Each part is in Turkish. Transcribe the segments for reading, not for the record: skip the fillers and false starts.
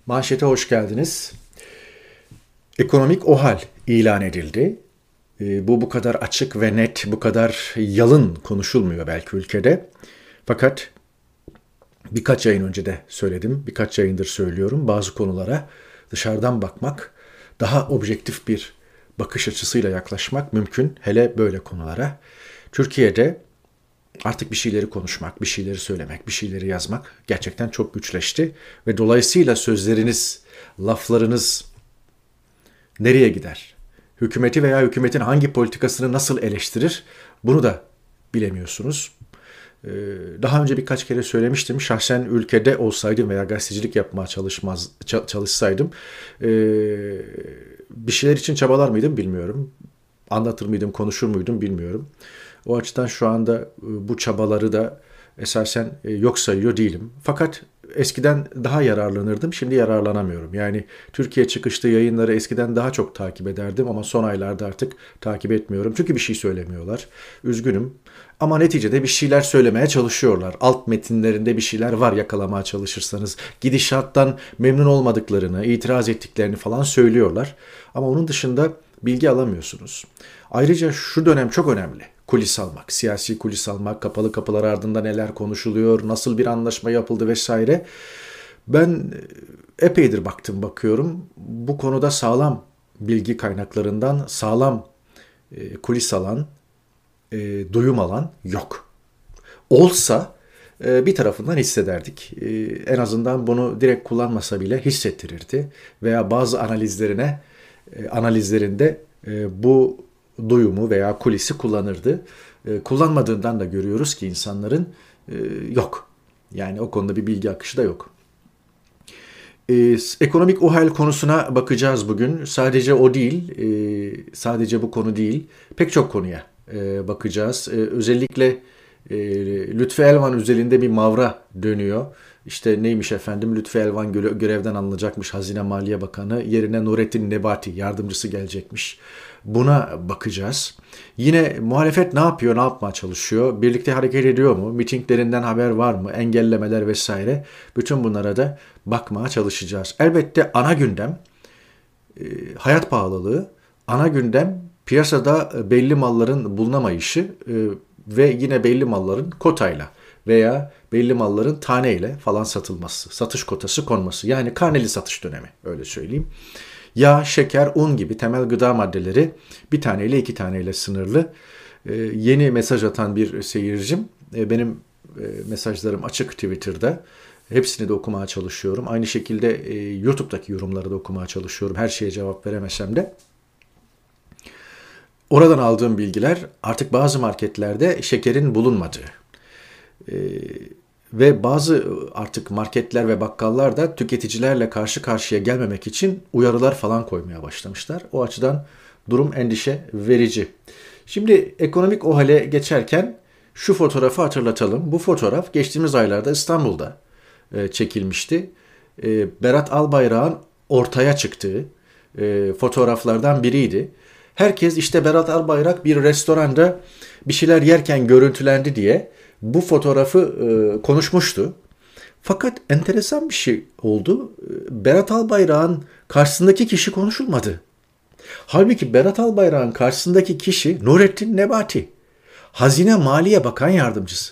Manşete hoş geldiniz. Ekonomik OHAL ilan edildi. Bu kadar açık ve net, bu kadar yalın konuşulmuyor belki ülkede. Fakat birkaç yayın önce de söyledim, birkaç yayındır söylüyorum. Bazı konulara dışarıdan bakmak, daha objektif bir bakış açısıyla yaklaşmak mümkün. Hele böyle konulara. Türkiye'de artık bir şeyleri konuşmak, bir şeyleri söylemek, bir şeyleri yazmak gerçekten çok güçleşti. Ve dolayısıyla sözleriniz, laflarınız nereye gider? Hükümeti veya hükümetin hangi politikasını nasıl eleştirir? Bunu da bilemiyorsunuz. Daha önce birkaç kere söylemiştim. Şahsen ülkede olsaydım veya gazetecilik yapmaya çalışsaydım bir şeyler için çabalar mıydım bilmiyorum. Anlatır mıydım, konuşur muydum bilmiyorum. O açıdan şu anda bu çabaları da esasen yok sayıyor değilim. Fakat eskiden daha yararlanırdım, şimdi yararlanamıyorum. Yani Türkiye çıkışlı yayınları eskiden daha çok takip ederdim ama son aylarda artık takip etmiyorum. Çünkü bir şey söylemiyorlar. Üzgünüm. Ama neticede bir şeyler söylemeye çalışıyorlar. Alt metinlerinde bir şeyler var yakalamaya çalışırsanız. Gidişattan memnun olmadıklarını, itiraz ettiklerini falan söylüyorlar. Ama onun dışında bilgi alamıyorsunuz. Ayrıca şu dönem çok önemli. Kulis almak, siyasi kulis almak, kapalı kapılar ardında neler konuşuluyor, nasıl bir anlaşma yapıldı vesaire. Ben epeydir bakıyorum. Bu konuda sağlam bilgi kaynaklarından sağlam kulis alan, duyum alan yok. Olsa bir tarafından hissederdik. En azından bunu direkt kullanmasa bile hissettirirdi. Veya bazı analizlerinde bu duyumu veya kulisi kullanırdı. Kullanmadığından da görüyoruz ki insanların yok. Yani o konuda bir bilgi akışı da yok. Ekonomik OHAL konusuna bakacağız bugün. Sadece o değil, sadece bu konu değil, pek çok konuya bakacağız. Özellikle Lütfü Elvan özelinde bir mavra dönüyor. İşte neymiş efendim, Lütfü Elvan görevden alınacakmış, Hazine Maliye Bakanı, yerine Nurettin Nebati yardımcısı gelecekmiş. Buna bakacağız. Yine muhalefet ne yapıyor, ne yapmaya çalışıyor? Birlikte hareket ediyor mu? Mitinglerinden haber var mı? Engellemeler vesaire. Bütün bunlara da bakmaya çalışacağız. Elbette ana gündem hayat pahalılığı, ana gündem piyasada belli malların bulunamayışı ve yine belli malların kotayla veya belli malların taneyle falan satılması, satış kotası konması. Yani karneli satış dönemi, öyle söyleyeyim. Yağ, şeker, un gibi temel gıda maddeleri bir taneyle iki taneyle sınırlı. Yeni mesaj atan bir seyircim, benim mesajlarım açık Twitter'da. Hepsini de okumaya çalışıyorum. Aynı şekilde YouTube'daki yorumları da okumaya çalışıyorum. Her şeye cevap veremesem de. Oradan aldığım bilgiler artık bazı marketlerde şekerin bulunmadığı ve bazı artık marketler ve bakkallar da tüketicilerle karşı karşıya gelmemek için uyarılar falan koymaya başlamışlar. O açıdan durum endişe verici. Şimdi ekonomik OHAL'e geçerken şu fotoğrafı hatırlatalım. Bu fotoğraf geçtiğimiz aylarda İstanbul'da çekilmişti. Berat Albayrak'ın ortaya çıktığı fotoğraflardan biriydi. Herkes işte Berat Albayrak bir restoranda bir şeyler yerken görüntülendi diye bu fotoğrafı konuşmuştu. Fakat enteresan bir şey oldu. Berat Albayrak'ın karşısındaki kişi konuşulmadı. Halbuki Berat Albayrak'ın karşısındaki kişi Nurettin Nebati. Hazine Maliye Bakan Yardımcısı.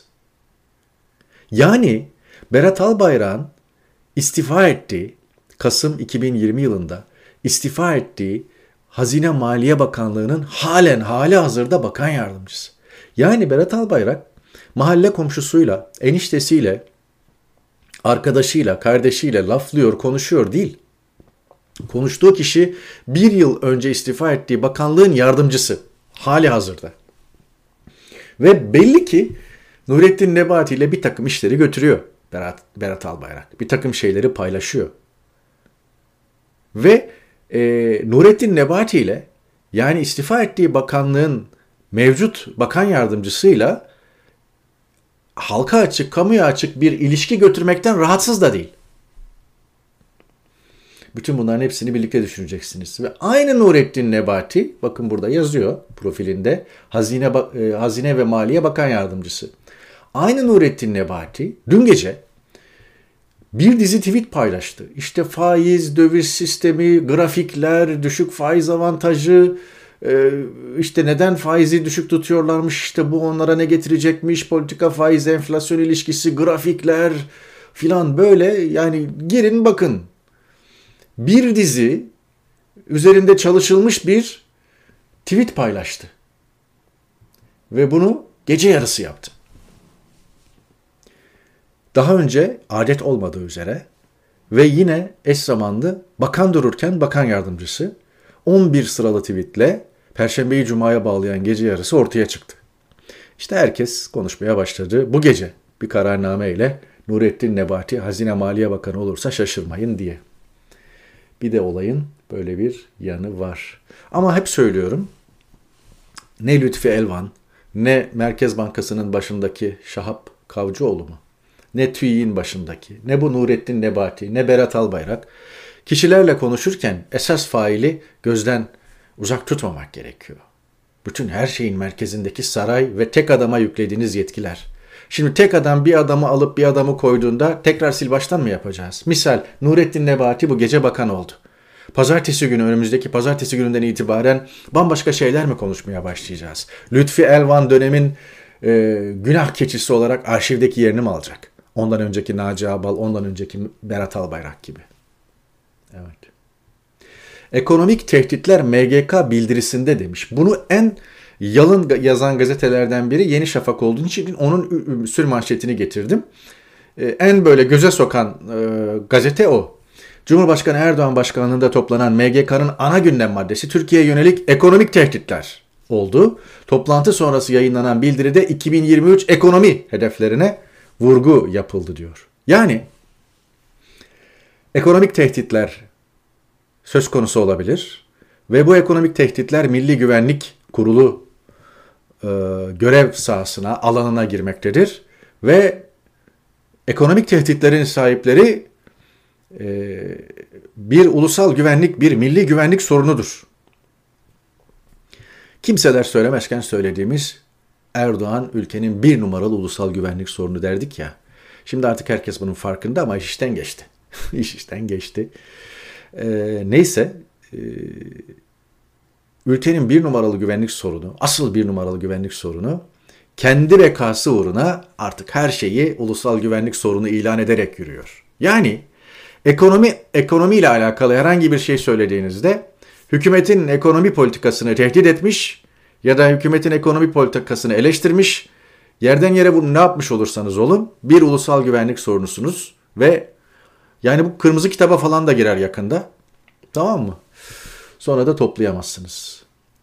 Yani Berat Albayrak'ın istifa ettiği, Kasım 2020 yılında istifa ettiği Hazine Maliye Bakanlığı'nın hali hazırda bakan yardımcısı. Yani Berat Albayrak mahalle komşusuyla, eniştesiyle, arkadaşıyla, kardeşiyle laflıyor, konuşuyor değil. Konuştuğu kişi bir yıl önce istifa ettiği bakanlığın yardımcısı hali hazırda. Ve belli ki Nurettin Nebati ile bir takım işleri götürüyor Berat Albayrak. Bir takım şeyleri paylaşıyor. Ve Nurettin Nebati ile, yani istifa ettiği bakanlığın mevcut bakan yardımcısıyla halka açık, kamuya açık bir ilişki götürmekten rahatsız da değil. Bütün bunların hepsini birlikte düşüneceksiniz. Ve aynı Nurettin Nebati, bakın burada yazıyor profilinde, Hazine ve Maliye Bakan Yardımcısı. Aynı Nurettin Nebati dün gece bir dizi tweet paylaştı. İşte faiz, döviz sistemi, grafikler, düşük faiz avantajı, işte neden faizi düşük tutuyorlarmış, işte bu onlara ne getirecekmiş, politika faiz enflasyon ilişkisi, grafikler filan böyle, yani girin bakın. Bir dizi üzerinde çalışılmış bir tweet paylaştı. Ve bunu gece yarısı yaptı. Daha önce adet olmadığı üzere ve yine eş zamanlı bakan dururken bakan yardımcısı 11 sıralı tweetle Perşembeyi Cuma'ya bağlayan gece yarısı ortaya çıktı. İşte herkes konuşmaya başladı. Bu gece bir kararname ile Nurettin Nebati Hazine Maliye Bakanı olursa şaşırmayın diye. Bir de olayın böyle bir yanı var. Ama hep söylüyorum, ne Lütfi Elvan, ne Merkez Bankası'nın başındaki Şahap Kavcıoğlu mu, ne TÜİ'nin başındaki, ne bu Nurettin Nebati, ne Berat Albayrak kişilerle konuşurken esas faili gözden uzak tutmamak gerekiyor. Bütün her şeyin merkezindeki saray ve tek adama yüklediğiniz yetkiler. Şimdi tek adam bir adamı alıp bir adamı koyduğunda tekrar sil baştan mı yapacağız? Misal Nurettin Nebati bu gece bakan oldu. Pazartesi günü, önümüzdeki pazartesi gününden itibaren bambaşka şeyler mi konuşmaya başlayacağız? Lütfi Elvan dönemin günah keçisi olarak arşivdeki yerini mi alacak? Ondan önceki Naci Ağbal, ondan önceki Berat Albayrak gibi. Evet. Ekonomik tehditler MGK bildirisinde demiş. Bunu en yalın yazan gazetelerden biri Yeni Şafak olduğu için onun sürmanşetini getirdim. En böyle göze sokan gazete o. Cumhurbaşkanı Erdoğan başkanlığında toplanan MGK'nın ana gündem maddesi Türkiye'ye yönelik ekonomik tehditler oldu. Toplantı sonrası yayınlanan bildiride 2023 ekonomi hedeflerine vurgu yapıldı diyor. Yani ekonomik tehditler söz konusu olabilir ve bu ekonomik tehditler Milli Güvenlik Kurulu görev sahasına, alanına girmektedir ve ekonomik tehditlerin sahipleri bir ulusal güvenlik, bir milli güvenlik sorunudur. Kimseler söylemezken söylediğimiz Erdoğan ülkenin bir numaralı ulusal güvenlik sorunu derdik ya. Şimdi artık herkes bunun farkında ama iş işten geçti. İş işten geçti. Neyse, ülkenin bir numaralı güvenlik sorunu, asıl bir numaralı güvenlik sorunu, kendi bekası uğruna artık her şeyi ulusal güvenlik sorunu ilan ederek yürüyor. Yani ekonomiyle alakalı herhangi bir şey söylediğinizde hükümetin ekonomi politikasını tehdit etmiş ya da hükümetin ekonomi politikasını eleştirmiş, yerden yere bunu ne yapmış olursanız olun bir ulusal güvenlik sorunusunuz ve yani bu kırmızı kitaba falan da girer yakında. Tamam mı? Sonra da toplayamazsınız.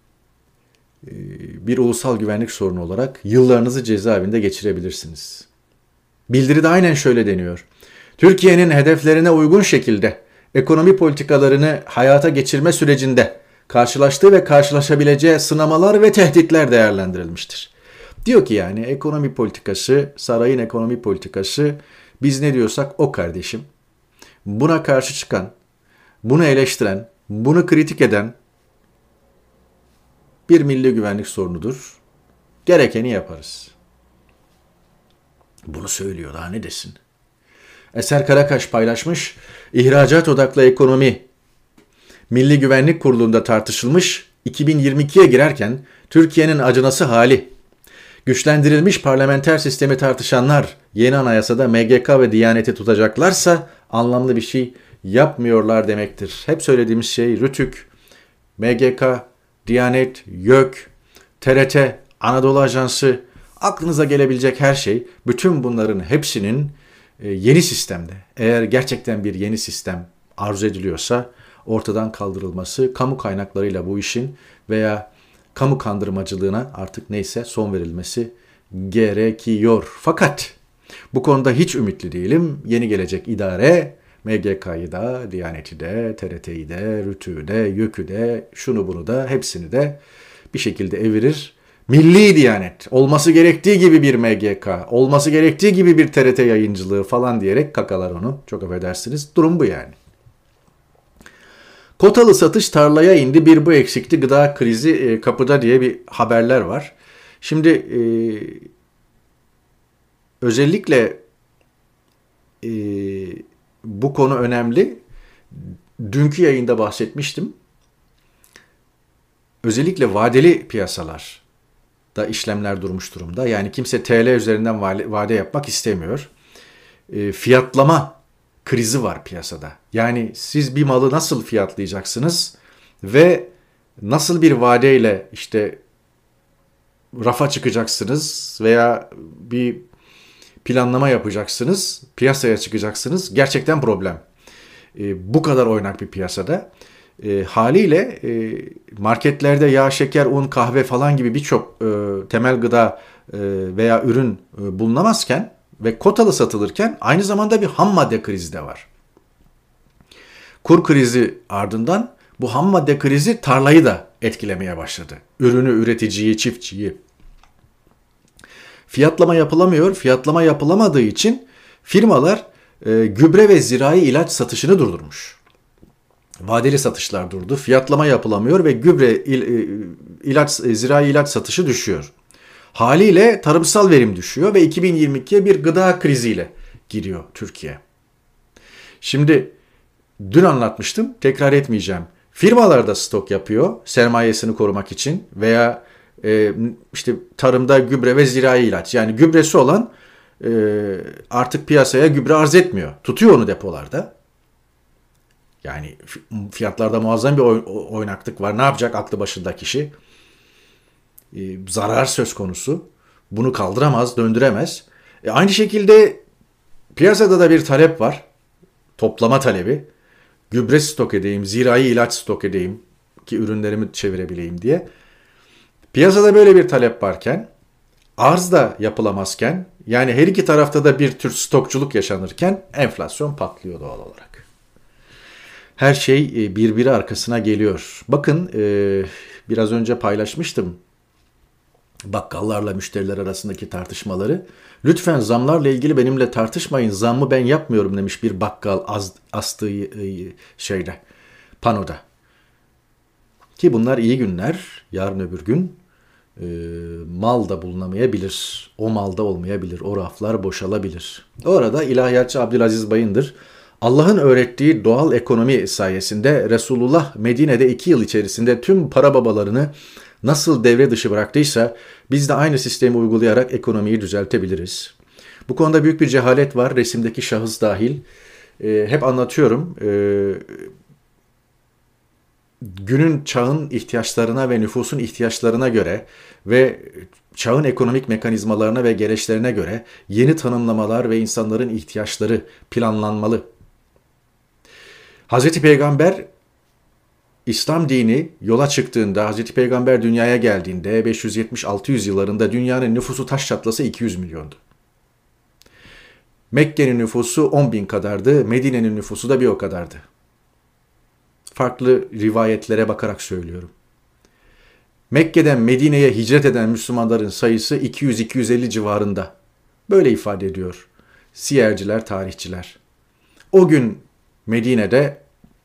Bir ulusal güvenlik sorunu olarak yıllarınızı cezaevinde geçirebilirsiniz. Bildiride aynen şöyle deniyor. Türkiye'nin hedeflerine uygun şekilde ekonomi politikalarını hayata geçirme sürecinde karşılaştığı ve karşılaşabileceği sınamalar ve tehditler değerlendirilmiştir. Diyor ki yani ekonomi politikası, sarayın ekonomi politikası, biz ne diyorsak o kardeşim. Buna karşı çıkan, bunu eleştiren, bunu kritik eden bir milli güvenlik sorunudur. Gerekeni yaparız. Bunu söylüyor, daha ne desin? Eser Karakaş paylaşmış, ihracat odaklı ekonomi Milli Güvenlik Kurulu'nda tartışılmış, 2022'ye girerken Türkiye'nin acınası hali. Güçlendirilmiş parlamenter sistemi tartışanlar yeni anayasada MGK ve Diyanet'i tutacaklarsa anlamlı bir şey yapmıyorlar demektir. Hep söylediğimiz şey RTÜK, MGK, Diyanet, YÖK, TRT, Anadolu Ajansı, aklınıza gelebilecek her şey, bütün bunların hepsinin yeni sistemde, eğer gerçekten bir yeni sistem arzu ediliyorsa ortadan kaldırılması, kamu kaynaklarıyla bu işin veya kamu kandırmacılığına artık neyse son verilmesi gerekiyor. Fakat bu konuda hiç ümitli değilim. Yeni gelecek idare MGK'yı da, Diyanet'i de, TRT'yi de, RTÜK'ü de, YÖK'ü de, şunu bunu da hepsini de bir şekilde evirir. Milli Diyanet, olması gerektiği gibi bir MGK, olması gerektiği gibi bir TRT yayıncılığı falan diyerek kakalar onu. Çok affedersiniz. Durum bu yani. Kotalı satış tarlaya indi, bir bu eksikti, gıda krizi kapıda diye bir haberler var. Şimdi özellikle bu konu önemli. Dünkü yayında bahsetmiştim. Özellikle vadeli piyasalarda işlemler durmuş durumda. Yani kimse TL üzerinden vade yapmak istemiyor. Fiyatlama krizi var piyasada. Yani siz bir malı nasıl fiyatlayacaksınız ve nasıl bir vadeyle işte rafa çıkacaksınız veya bir planlama yapacaksınız, piyasaya çıkacaksınız. Gerçekten problem. Bu kadar oynak bir piyasada. Haliyle marketlerde yağ, şeker, un, kahve falan gibi birçok temel gıda veya ürün bulunamazken ve kotalı satılırken aynı zamanda bir ham madde krizi de var. Kur krizi ardından bu ham madde krizi tarlayı da etkilemeye başladı. Ürünü, üreticiyi, çiftçiyi. Fiyatlama yapılamıyor. Fiyatlama yapılamadığı için firmalar gübre ve zirai ilaç satışını durdurmuş. Vadeli satışlar durdu. Fiyatlama yapılamıyor ve zirai ilaç satışı düşüyor. Haliyle tarımsal verim düşüyor ve 2022'ye bir gıda kriziyle giriyor Türkiye. Şimdi dün anlatmıştım, tekrar etmeyeceğim. Firmalar da stok yapıyor sermayesini korumak için veya işte tarımda gübre ve zirai ilaç. Yani gübresi olan artık piyasaya gübre arz etmiyor. Tutuyor onu depolarda. Yani fiyatlarda muazzam bir oynaklık var. Ne yapacak aklı başında kişi? Zarar söz konusu. Bunu kaldıramaz, döndüremez. Aynı şekilde piyasada da bir talep var. Toplama talebi. Gübre stok edeyim, zirai ilaç stok edeyim ki ürünlerimi çevirebileyim diye. Piyasada böyle bir talep varken, arz da yapılamazken, yani her iki tarafta da bir tür stokçuluk yaşanırken enflasyon patlıyor doğal olarak. Her şey birbiri arkasına geliyor. Bakın biraz önce paylaşmıştım bakkallarla müşteriler arasındaki tartışmaları. Lütfen zamlarla ilgili benimle tartışmayın. Zammı ben yapmıyorum demiş bir bakkal astığı panoda. Ki bunlar iyi günler. Yarın öbür gün mal da bulunamayabilir. O malda olmayabilir. O raflar boşalabilir. Orada ilahiyatçı Abdülaziz Bayındır Allah'ın öğrettiği doğal ekonomi sayesinde Resulullah Medine'de 2 yıl içerisinde tüm para babalarını nasıl devre dışı bıraktıysa biz de aynı sistemi uygulayarak ekonomiyi düzeltebiliriz. Bu konuda büyük bir cehalet var, resimdeki şahıs dahil. Hep anlatıyorum. Günün çağın ihtiyaçlarına ve nüfusun ihtiyaçlarına göre ve çağın ekonomik mekanizmalarına ve gereçlerine göre yeni tanımlamalar ve insanların ihtiyaçları planlanmalı. Hazreti Peygamber İslam dini yola çıktığında, Hazreti Peygamber dünyaya geldiğinde 570-600 yıllarında dünyanın nüfusu taş çatlasa 200 milyondu. Mekke'nin nüfusu 10 bin kadardı, Medine'nin nüfusu da bir o kadardı. Farklı rivayetlere bakarak söylüyorum. Mekke'den Medine'ye hicret eden Müslümanların sayısı 200-250 civarında. Böyle ifade ediyor siyerciler, tarihçiler. O gün Medine'de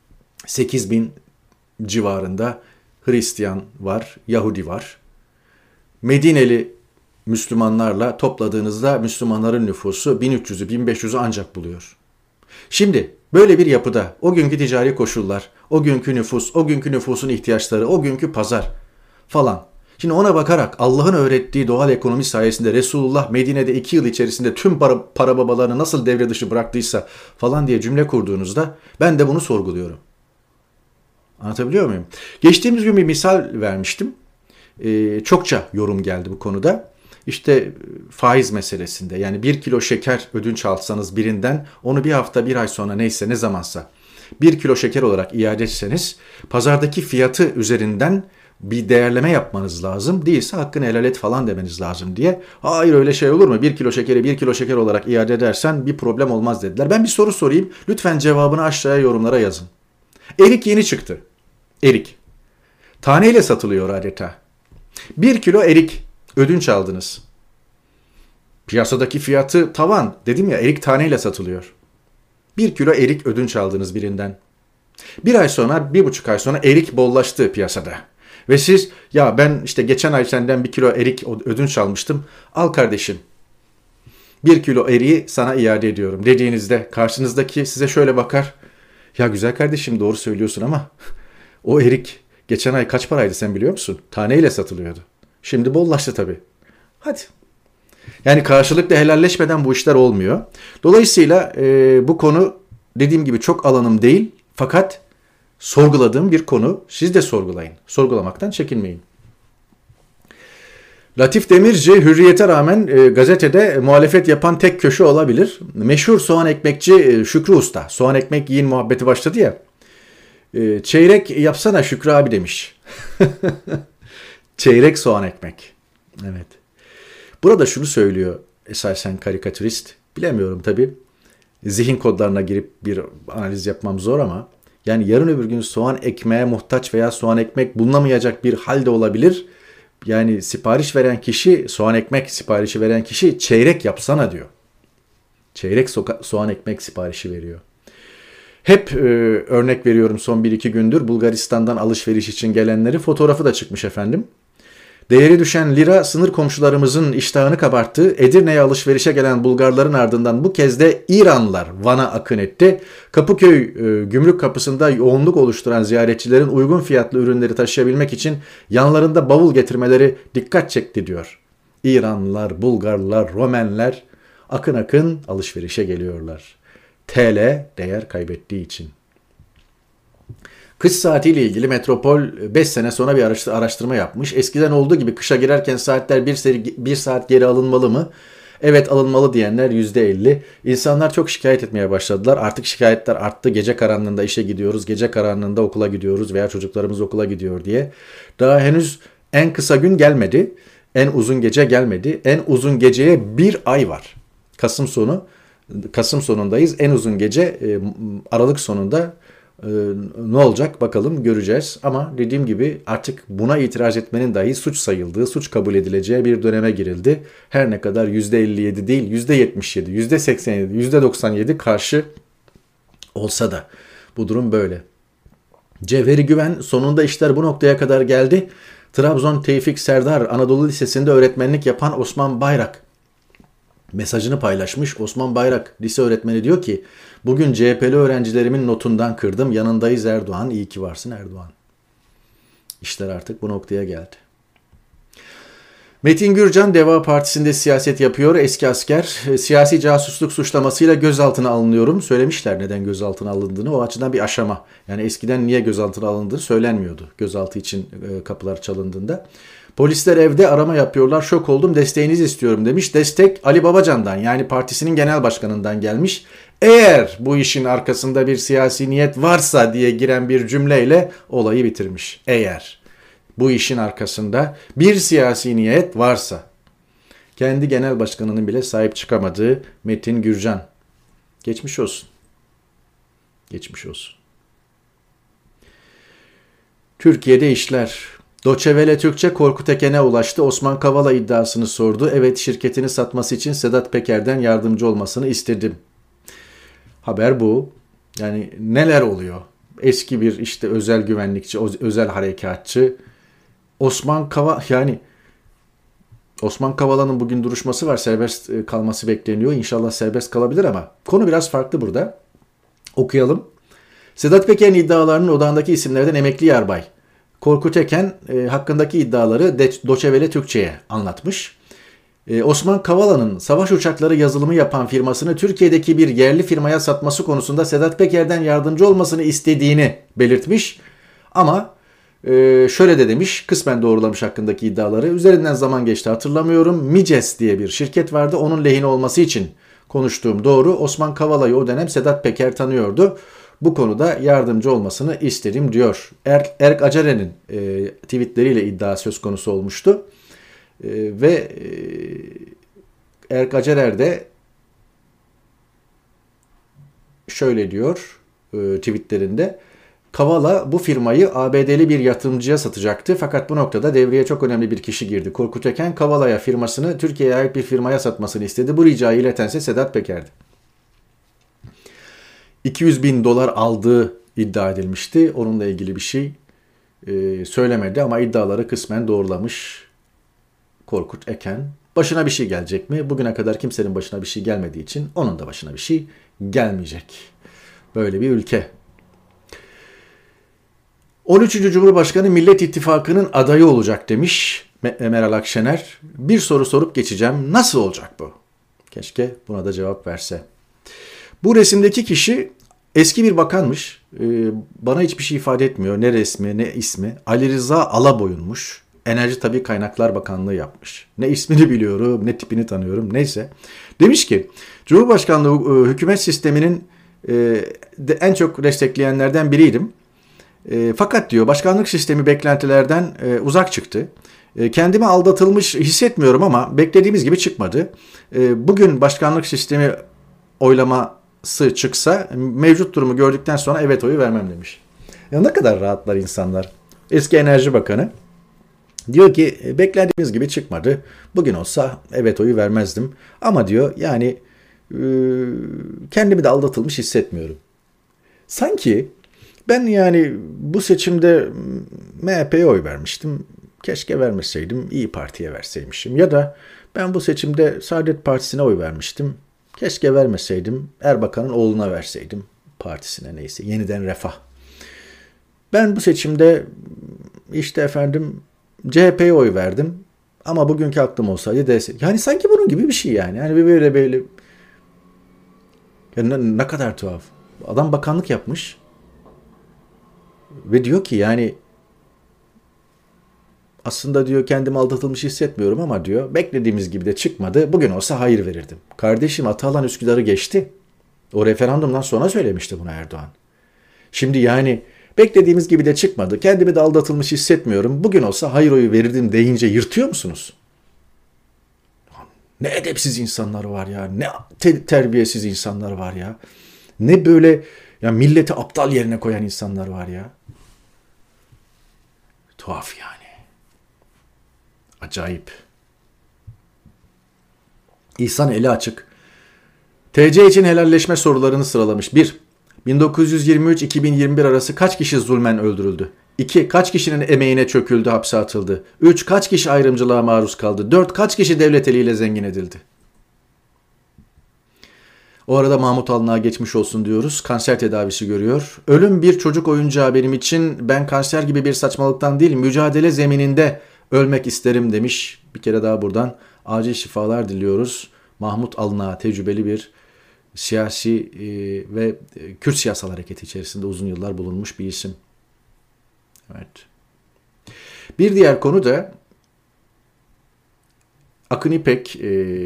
8 bin civarında Hristiyan var, Yahudi var. Medineli Müslümanlarla topladığınızda Müslümanların nüfusu 1300'ü 1500'ü ancak buluyor. Şimdi böyle bir yapıda o günkü ticari koşullar, o günkü nüfus, o günkü nüfusun ihtiyaçları, o günkü pazar falan. Şimdi ona bakarak Allah'ın öğrettiği doğal ekonomi sayesinde Resulullah Medine'de 2 yıl içerisinde tüm para babalarını nasıl devre dışı bıraktıysa falan diye cümle kurduğunuzda ben de bunu sorguluyorum. Anlatabiliyor muyum? Geçtiğimiz gün bir misal vermiştim. Çokça yorum geldi bu konuda. İşte faiz meselesinde yani 1 kilo şeker ödünç alsanız birinden onu bir hafta bir ay sonra neyse ne zamansa 1 kilo şeker olarak iade etseniz pazardaki fiyatı üzerinden bir değerleme yapmanız lazım. Değilse hakkını helal et falan demeniz lazım diye. Hayır öyle şey olur mu? 1 kilo şekeri 1 kilo şeker olarak iade edersen bir problem olmaz dediler. Ben bir soru sorayım. Lütfen cevabını aşağıya yorumlara yazın. Erik yeni çıktı. Erik. Taneyle satılıyor adeta. 1 kilo erik ödünç aldınız. Piyasadaki fiyatı tavan. Dedim ya erik taneyle satılıyor. 1 kilo erik ödünç aldınız birinden. Bir ay sonra, 1,5 ay sonra erik bollaştı piyasada. Ve siz ya ben işte geçen ay senden 1 kilo erik ödünç almıştım. Al kardeşim. 1 kilo eriği sana iade ediyorum dediğinizde karşınızdaki size şöyle bakar. Ya güzel kardeşim doğru söylüyorsun ama o erik geçen ay kaç paraydı sen biliyor musun? Taneyle satılıyordu. Şimdi bollaştı tabii. Hadi. Yani karşılıklı helalleşmeden bu işler olmuyor. Dolayısıyla bu konu dediğim gibi çok alanım değil. Fakat sorguladığım bir konu. Siz de sorgulayın. Sorgulamaktan çekinmeyin. Latif Demirci Hürriyet'e rağmen gazetede muhalefet yapan tek köşe olabilir. Meşhur soğan ekmekçi Şükrü Usta. Soğan ekmek yiyin muhabbeti başladı ya. Çeyrek yapsana Şükrü abi demiş. Çeyrek soğan ekmek. Evet. Burada şunu söylüyor esasen karikatürist. Bilemiyorum tabii. Zihin kodlarına girip bir analiz yapmam zor ama yani yarın öbür gün soğan ekmeğe muhtaç veya soğan ekmek bulunamayacak bir halde olabilir. Yani sipariş veren kişi, soğan ekmek siparişi veren kişi çeyrek yapsana diyor. Çeyrek soğan ekmek siparişi veriyor. Hep örnek veriyorum son 1-2 gündür Bulgaristan'dan alışveriş için gelenleri fotoğrafı da çıkmış efendim. Değeri düşen lira sınır komşularımızın iştahını kabarttı. Edirne'ye alışverişe gelen Bulgarların ardından bu kez de İranlılar Van'a akın etti. Kapıköy gümrük kapısında yoğunluk oluşturan ziyaretçilerin uygun fiyatlı ürünleri taşıyabilmek için yanlarında bavul getirmeleri dikkat çekti diyor. İranlılar, Bulgarlılar, Romenler akın akın alışverişe geliyorlar. TL değer kaybettiği için. Kış saatiyle ilgili Metropol 5 sene sonra bir araştırma yapmış. Eskiden olduğu gibi kışa girerken saatler bir saat geri alınmalı mı? Evet alınmalı diyenler %50. İnsanlar çok şikayet etmeye başladılar. Artık şikayetler arttı. Gece karanlığında işe gidiyoruz, gece karanlığında okula gidiyoruz veya çocuklarımız okula gidiyor diye. Daha henüz en kısa gün gelmedi. En uzun gece gelmedi. En uzun geceye bir ay var. Kasım sonundayız. En uzun gece Aralık sonunda ne olacak bakalım göreceğiz. Ama dediğim gibi artık buna itiraz etmenin dahi suç sayıldığı, suç kabul edileceği bir döneme girildi. Her ne kadar %57 değil %77, %87, %97 karşı olsa da bu durum böyle. Cevheri Güven sonunda işler bu noktaya kadar geldi. Trabzon Tevfik Serdar Anadolu Lisesi'nde öğretmenlik yapan Osman Bayrak mesajını paylaşmış. Osman Bayrak lise öğretmeni diyor ki bugün CHP'li öğrencilerimin notundan kırdım. Yanındayız Erdoğan. İyi ki varsın Erdoğan. İşler artık bu noktaya geldi. Metin Gürcan Deva Partisi'nde siyaset yapıyor. Eski asker. Siyasi casusluk suçlamasıyla gözaltına alınıyorum. Söylemişler neden gözaltına alındığını. O açıdan bir aşama. Yani eskiden niye gözaltına alındığı söylenmiyordu. Gözaltı için kapılar çalındığında. Polisler evde arama yapıyorlar. Şok oldum. Desteğinizi istiyorum demiş. Destek Ali Babacan'dan yani partisinin genel başkanından gelmiş. Eğer bu işin arkasında bir siyasi niyet varsa diye giren bir cümleyle olayı bitirmiş. Eğer bu işin arkasında bir siyasi niyet varsa. Kendi genel başkanının bile sahip çıkamadığı Metin Gürcan. Geçmiş olsun. Geçmiş olsun. Türkiye'de işler. Deutsche Welle Türkçe Korkut Eken'e ulaştı. Osman Kavala iddiasını sordu. Evet şirketini satması için Sedat Peker'den yardımcı olmasını istedim. Haber bu. Yani neler oluyor? Eski bir işte özel güvenlikçi, özel harekatçı Osman Kavala'nın bugün duruşması var. Serbest kalması bekleniyor. İnşallah serbest kalabilir ama konu biraz farklı burada. Okuyalım. Sedat Peker'in iddialarının odağındaki isimlerden emekli yarbay Korkut Eken hakkındaki iddiaları Deutsche Welle Türkçe'ye anlatmış. Osman Kavala'nın savaş uçakları yazılımı yapan firmasını Türkiye'deki bir yerli firmaya satması konusunda Sedat Peker'den yardımcı olmasını istediğini belirtmiş. Ama şöyle de demiş, kısmen doğrulamış hakkındaki iddiaları. Üzerinden zaman geçti hatırlamıyorum. Mices diye bir şirket vardı. Onun lehine olması için konuştuğum doğru. Osman Kavala'yı o dönem Sedat Peker tanıyordu. Bu konuda yardımcı olmasını istedim diyor. Erk Aceren'in tweetleriyle iddia söz konusu olmuştu. Ve Erk Acerer de şöyle diyor tweetlerinde. Kavala bu firmayı ABD'li bir yatırımcıya satacaktı. Fakat bu noktada devreye çok önemli bir kişi girdi. Korkut Eken Kavala'ya firmasını Türkiye'ye ait bir firmaya satmasını istedi. Bu ricayı iletense Sedat Peker'di. 200.000 dolar aldığı iddia edilmişti. Onunla ilgili bir şey söylemedi ama iddiaları kısmen doğrulamış Korkut Eken. Başına bir şey gelecek mi? Bugüne kadar kimsenin başına bir şey gelmediği için onun da başına bir şey gelmeyecek. Böyle bir ülke. 13. Cumhurbaşkanı Millet İttifakı'nın adayı olacak demiş Meral Akşener. Bir soru sorup geçeceğim. Nasıl olacak bu? Keşke buna da cevap verse. Bu resimdeki kişi eski bir bakanmış. Bana hiçbir şey ifade etmiyor. Ne resmi ne ismi. Ali Rıza Alaboy'unmuş. Enerji Tabii Kaynaklar Bakanlığı yapmış. Ne ismini biliyorum ne tipini tanıyorum. Neyse. Demiş ki Cumhurbaşkanlığı hükümet sisteminin en çok destekleyenlerden biriydim. Fakat diyor başkanlık sistemi beklentilerden uzak çıktı. Kendimi aldatılmış hissetmiyorum ama beklediğimiz gibi çıkmadı. Bugün başkanlık sistemi oylaması çıksa mevcut durumu gördükten sonra evet oyu vermem demiş. Ya ne kadar rahatlar insanlar. Eski Enerji Bakanı diyor ki beklediğimiz gibi çıkmadı. Bugün olsa evet oyu vermezdim. Ama diyor yani kendimi de aldatılmış hissetmiyorum. Sanki ben yani bu seçimde MHP'ye oy vermiştim. Keşke vermeseydim, İYİ Parti'ye verseymişim. Ya da ben bu seçimde Saadet Partisi'ne oy vermiştim. Keşke vermeseydim, Erbakan'ın oğluna verseydim. Partisine neyse, Yeniden Refah. Ben bu seçimde işte efendim CHP'ye oy verdim. Ama bugünkü aklım olsaydı DS. Yani sanki bunun gibi bir şey yani. Yani böyle. Yani ne kadar tuhaf. Adam bakanlık yapmış. Ve diyor ki yani aslında diyor kendimi aldatılmış hissetmiyorum ama diyor beklediğimiz gibi de çıkmadı. Bugün olsa hayır verirdim. Kardeşim Atalan Üsküdar'ı geçti. O referandumdan sonra söylemişti bunu Erdoğan. Şimdi yani beklediğimiz gibi de çıkmadı. Kendimi de aldatılmış hissetmiyorum. Bugün olsa hayır oyu verirdim deyince yırtıyor musunuz? Ne edepsiz insanlar var ya. Ne terbiyesiz insanlar var ya. Ne böyle ya milleti aptal yerine koyan insanlar var ya. Tuhaf yani. Acayip. İhsan eli açık. TC için helalleşme sorularını sıralamış. 1. 1923-2021 arası kaç kişi zulmen öldürüldü? 2. Kaç kişinin emeğine çöküldü, hapse atıldı? 3. Kaç kişi ayrımcılığa maruz kaldı? 4. Kaç kişi devlet eliyle zengin edildi? O arada Mahmut Alınağ'a geçmiş olsun diyoruz. Kanser tedavisi görüyor. Ölüm bir çocuk oyuncağı benim için. Ben kanser gibi bir saçmalıktan değil, mücadele zemininde ölmek isterim demiş. Bir kere daha buradan acil şifalar diliyoruz. Mahmut Alınağ tecrübeli bir siyasi ve Kürt siyasal hareketi içerisinde uzun yıllar bulunmuş bir isim. Evet. Bir diğer konu da Akın İpek,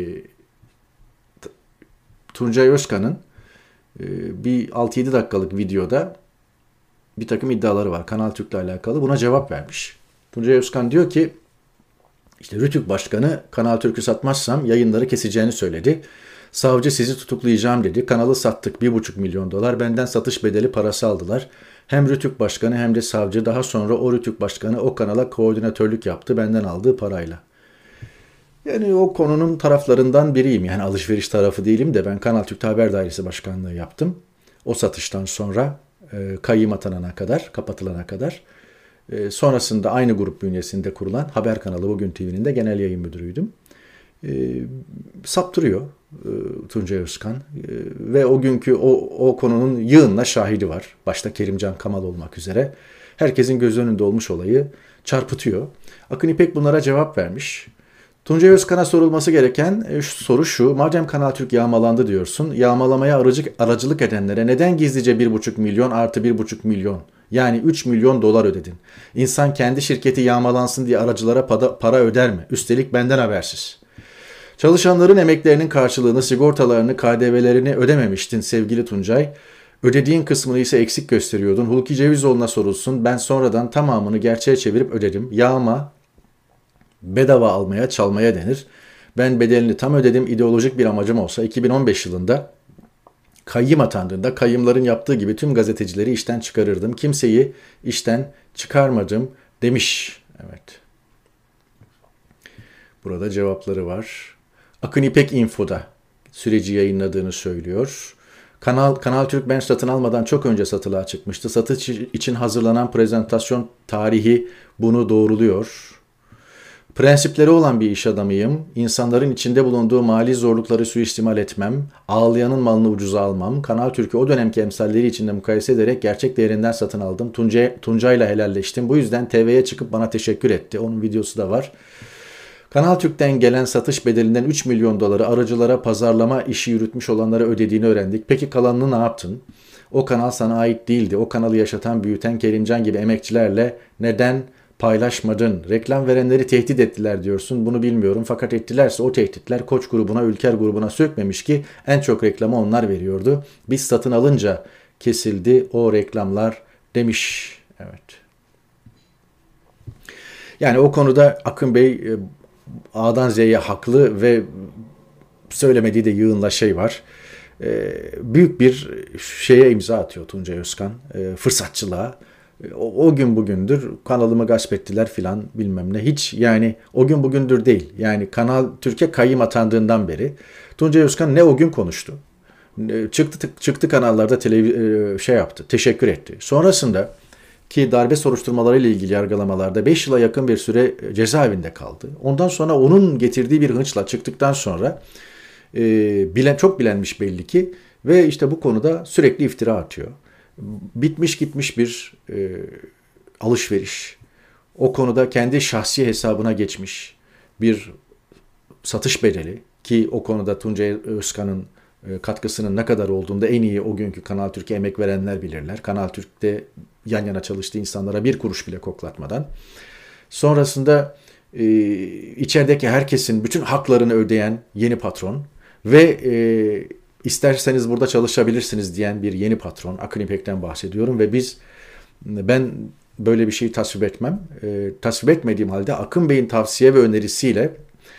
Tuncay Özkan'ın bir 6-7 dakikalık videoda bir takım iddiaları var Kanal Türk'le alakalı. Buna cevap vermiş. Tuncay Özkan diyor ki işte Rütük Başkanı Kanal Türk'ü satmazsam yayınları keseceğini söyledi. Savcı sizi tutuklayacağım dedi. Kanalı sattık, 1,5 milyon dolar. Benden satış bedeli parası aldılar. Hem Rütük Başkanı hem de savcı, daha sonra o Rütük Başkanı o kanala koordinatörlük yaptı benden aldığı parayla. Yani o konunun taraflarından biriyim. Yani alışveriş tarafı değilim de ben Kanal Türk Haber Dairesi Başkanlığı yaptım. O satıştan sonra kayyım atanana kadar, kapatılana kadar. Sonrasında aynı grup bünyesinde kurulan Haber Kanalı Bugün TV'nin de genel yayın müdürüydüm. Saptırıyor Tuncay Özkan ve o günkü o konunun yığınla şahidi var. Başta Kerimcan Kamal olmak üzere. Herkesin göz önünde olmuş olayı çarpıtıyor. Akın İpek bunlara cevap vermiş. Tuncay Özkan'a sorulması gereken soru şu: madem Kanal Türk yağmalandı diyorsun, yağmalamaya aracılık edenlere neden gizlice 1,5 milyon artı 1,5 milyon yani 3 milyon dolar ödedin? İnsan kendi şirketi yağmalansın diye aracılara para öder mi? Üstelik benden habersiz. Çalışanların emeklerinin karşılığını, sigortalarını, KDV'lerini ödememiştin sevgili Tuncay. Ödediğin kısmını ise eksik gösteriyordun. Hulki Cevizoğlu'na sorulsun. Ben sonradan tamamını gerçeğe çevirip ödedim. Yağma bedava almaya, çalmaya denir. Ben bedelini tam ödedim. İdeolojik bir amacım olsa 2015 yılında kayyım atandığında kayyımların yaptığı gibi tüm gazetecileri işten çıkarırdım. Kimseyi işten çıkarmadım demiş. Evet. Burada cevapları var. Akın İpek Info'da süreci yayınladığını söylüyor. Kanal Türk ben satın almadan çok önce satılığa çıkmıştı. Satış için hazırlanan prezentasyon tarihi bunu doğruluyor. Prensipleri olan bir iş adamıyım. İnsanların içinde bulunduğu mali zorlukları suistimal etmem. Ağlayanın malını ucuza almam. Kanal Türk'ü o dönemki emsalleri içinde mukayese ederek gerçek değerinden satın aldım. Tuncay'la helalleştim. Bu yüzden TV'ye çıkıp bana teşekkür etti. Onun videosu da var. Kanal Türk'ten gelen satış bedelinden 3 milyon doları aracılara pazarlama işi yürütmüş olanlara ödediğini öğrendik. Peki kalanını ne yaptın? O kanal sana ait değildi. O kanalı yaşatan, büyüten Kerimcan gibi emekçilerle neden paylaşmadın? Reklam verenleri tehdit ettiler diyorsun. Bunu bilmiyorum. Fakat ettilerse o tehditler Koç grubuna, Ülker grubuna sökmemiş ki en çok reklamı onlar veriyordu. Biz satın alınca kesildi o reklamlar demiş. Evet. Yani o konuda Akın Bey A'dan Z'ye haklı ve söylemediği de yığınla şey var. Büyük bir şeye imza atıyor Tuncay Özkan. Fırsatçılığa. O gün bugündür kanalımı gasp ettiler filan bilmem ne. Hiç yani o gün bugündür değil. Yani Kanal Türkiye kayyım atandığından beri Tuncay Özkan ne o gün konuştu. Çıktı kanallarda şey yaptı. Teşekkür etti. Sonrasında ki darbe soruşturmaları ile ilgili yargılamalarda 5 yıla yakın bir süre cezaevinde kaldı. Ondan sonra onun getirdiği bir hınçla çıktıktan sonra çok bilenmiş belli ki ve işte bu konuda sürekli iftira atıyor. Bitmiş gitmiş bir alışveriş. O konuda kendi şahsi hesabına geçmiş bir satış bedeli ki o konuda Tuncay Özkan'ın katkısının ne kadar olduğunda en iyi o günkü Kanal Türk'e emek verenler bilirler. Kanal Türk'te yan yana çalıştığı insanlara bir kuruş bile koklatmadan. Sonrasında içerideki herkesin bütün haklarını ödeyen yeni patron ve isterseniz burada çalışabilirsiniz diyen bir yeni patron. Akın İpek'ten bahsediyorum ve ben böyle bir şeyi tasvip etmem. Tasvip etmediğim halde Akın Bey'in tavsiye ve önerisiyle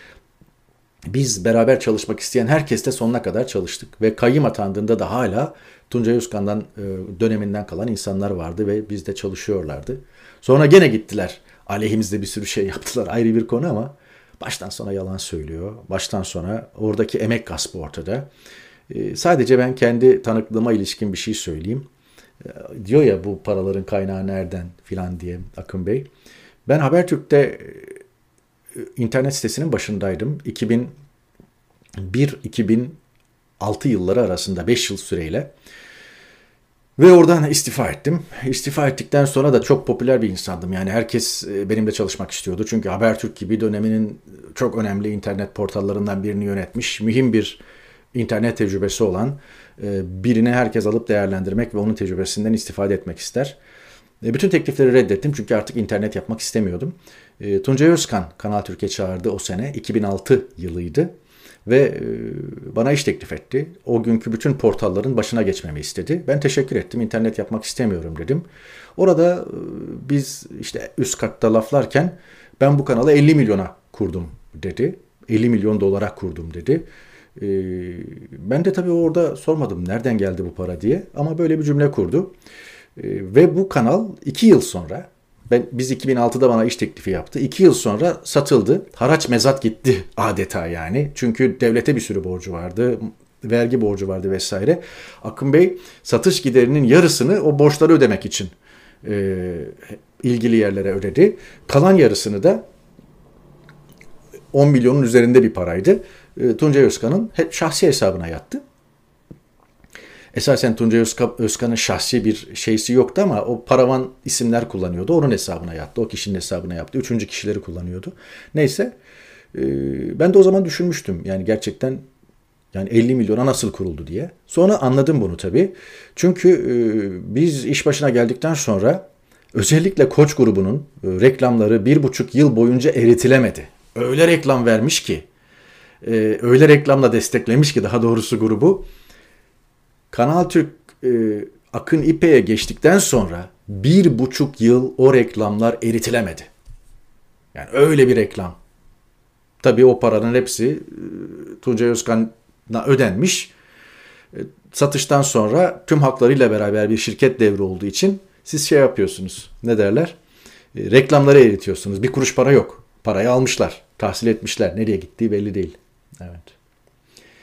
biz beraber çalışmak isteyen herkesle sonuna kadar çalıştık. Ve kayyım atandığında da hala Tuncay Özkan'dan döneminden kalan insanlar vardı ve bizde çalışıyorlardı. Sonra gene gittiler. Aleyhimizde bir sürü şey yaptılar. Ayrı bir konu ama baştan sona yalan söylüyor. Baştan sona oradaki emek gaspı ortada. Sadece ben kendi tanıklığıma ilişkin bir şey söyleyeyim. Diyor ya bu paraların kaynağı nereden filan diye Akın Bey. Ben Habertürk'te internet sitesinin başındaydım. 2001-2006 yılları arasında 5 yıl süreyle. Ve oradan istifa ettim. İstifa ettikten sonra da çok popüler bir insandım. Yani herkes benimle çalışmak istiyordu. Çünkü Habertürk gibi döneminin çok önemli internet portallarından birini yönetmiş, mühim bir internet tecrübesi olan birini herkes alıp değerlendirmek ve onun tecrübesinden istifade etmek ister. Bütün teklifleri reddettim çünkü artık internet yapmak istemiyordum. Tuncay Özkan Kanal Türkiye çağırdı o sene. 2006 yılıydı. Ve bana iş teklif etti. O günkü bütün portalların başına geçmemi istedi. Ben teşekkür ettim. İnternet yapmak istemiyorum dedim. Orada biz işte üst katta laflarken ben bu kanalı 50 milyona kurdum dedi. 50 milyon dolara kurdum dedi. Ben de tabii orada sormadım nereden geldi bu para diye. Ama böyle bir cümle kurdu. Ve bu kanal 2 yıl sonra biz 2006'da bana iş teklifi yaptı. 2 yıl sonra satıldı. Haraç mezat gitti adeta yani. Çünkü devlete bir sürü borcu vardı. Vergi borcu vardı vesaire. Akın Bey satış giderinin yarısını o borçları ödemek için ilgili yerlere ödedi. Kalan yarısını da 10 milyonun üzerinde bir paraydı. Tuncay Özkan'ın şahsi hesabına yattı. Esasen Tuncay Özkan'ın şahsi bir şeysi yoktu ama o paravan isimler kullanıyordu. Onun hesabına yattı. O kişinin hesabına yaptı. Üçüncü kişileri kullanıyordu. Neyse ben de o zaman düşünmüştüm. Yani gerçekten yani 50 milyona nasıl kuruldu diye. Sonra anladım bunu tabii. Çünkü biz iş başına geldikten sonra özellikle Koç grubunun reklamları 1,5 yıl boyunca eritilemedi. Öyle reklam vermiş ki, öyle reklamla desteklemiş ki daha doğrusu grubu. Kanal Türk Akın İpek'e geçtikten sonra 1,5 yıl o reklamlar eritilemedi. Yani öyle bir reklam. Tabii o paranın hepsi Tuncay Özkan'a ödenmiş. Satıştan sonra tüm haklarıyla beraber bir şirket devri olduğu için siz şey yapıyorsunuz. Ne derler? Reklamları eritiyorsunuz. Bir kuruş para yok. Parayı almışlar. Tahsil etmişler. Nereye gittiği belli değil. Evet.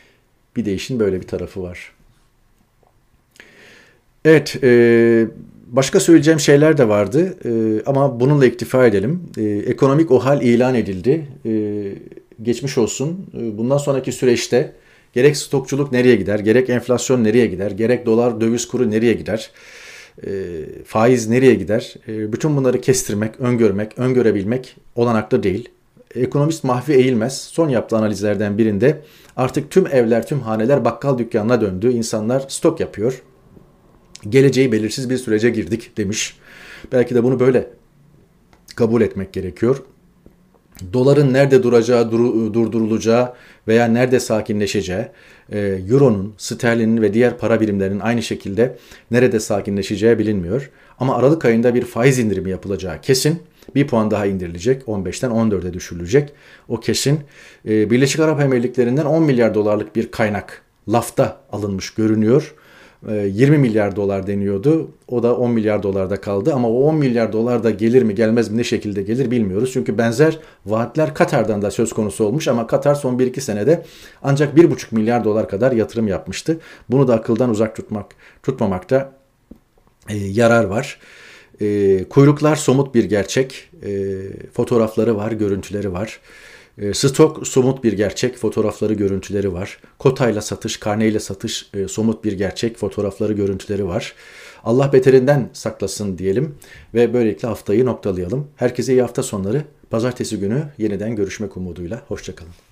Bir de işin böyle bir tarafı var. Evet, Başka söyleyeceğim şeyler de vardı ama bununla iktifa edelim. Ekonomik OHAL ilan edildi. Geçmiş olsun. Bundan sonraki süreçte gerek stokçuluk nereye gider, gerek enflasyon nereye gider, gerek dolar döviz kuru nereye gider, faiz nereye gider? Bütün bunları kestirmek, öngörmek, öngörebilmek olanaklı değil. Ekonomist Mahfi Eğilmez son yaptığı analizlerden birinde artık tüm evler, tüm haneler bakkal dükkanına döndü. İnsanlar stok yapıyor. Geleceği belirsiz bir sürece girdik demiş. Belki de bunu böyle kabul etmek gerekiyor. Doların nerede duracağı, durdurulacağı veya nerede sakinleşeceği, euronun, sterlinin ve diğer para birimlerinin aynı şekilde nerede sakinleşeceği bilinmiyor. Ama Aralık ayında bir faiz indirimi yapılacağı kesin. Bir puan daha indirilecek. 15'ten 14'e düşürülecek. O kesin. Birleşik Arap Emirlikleri'nden 10 milyar dolarlık bir kaynak lafta alınmış görünüyor. 20 milyar dolar deniyordu. O da 10 milyar dolarda kaldı. Ama o 10 milyar dolar da gelir mi gelmez mi ne şekilde gelir bilmiyoruz. Çünkü benzer vaatler Katar'dan da söz konusu olmuş ama Katar son 1-2 senede ancak 1,5 milyar dolar kadar yatırım yapmıştı. Bunu da akıldan uzak tutmamakta yarar var. Kuyruklar somut bir gerçek. Fotoğrafları var, görüntüleri var. Stok somut bir gerçek, fotoğrafları, görüntüleri var. Kotayla satış, karneyle satış somut bir gerçek, fotoğrafları, görüntüleri var. Allah beterinden saklasın diyelim ve böylelikle haftayı noktalayalım. Herkese iyi hafta sonları. Pazartesi günü yeniden görüşmek umuduyla. Hoşça kalın.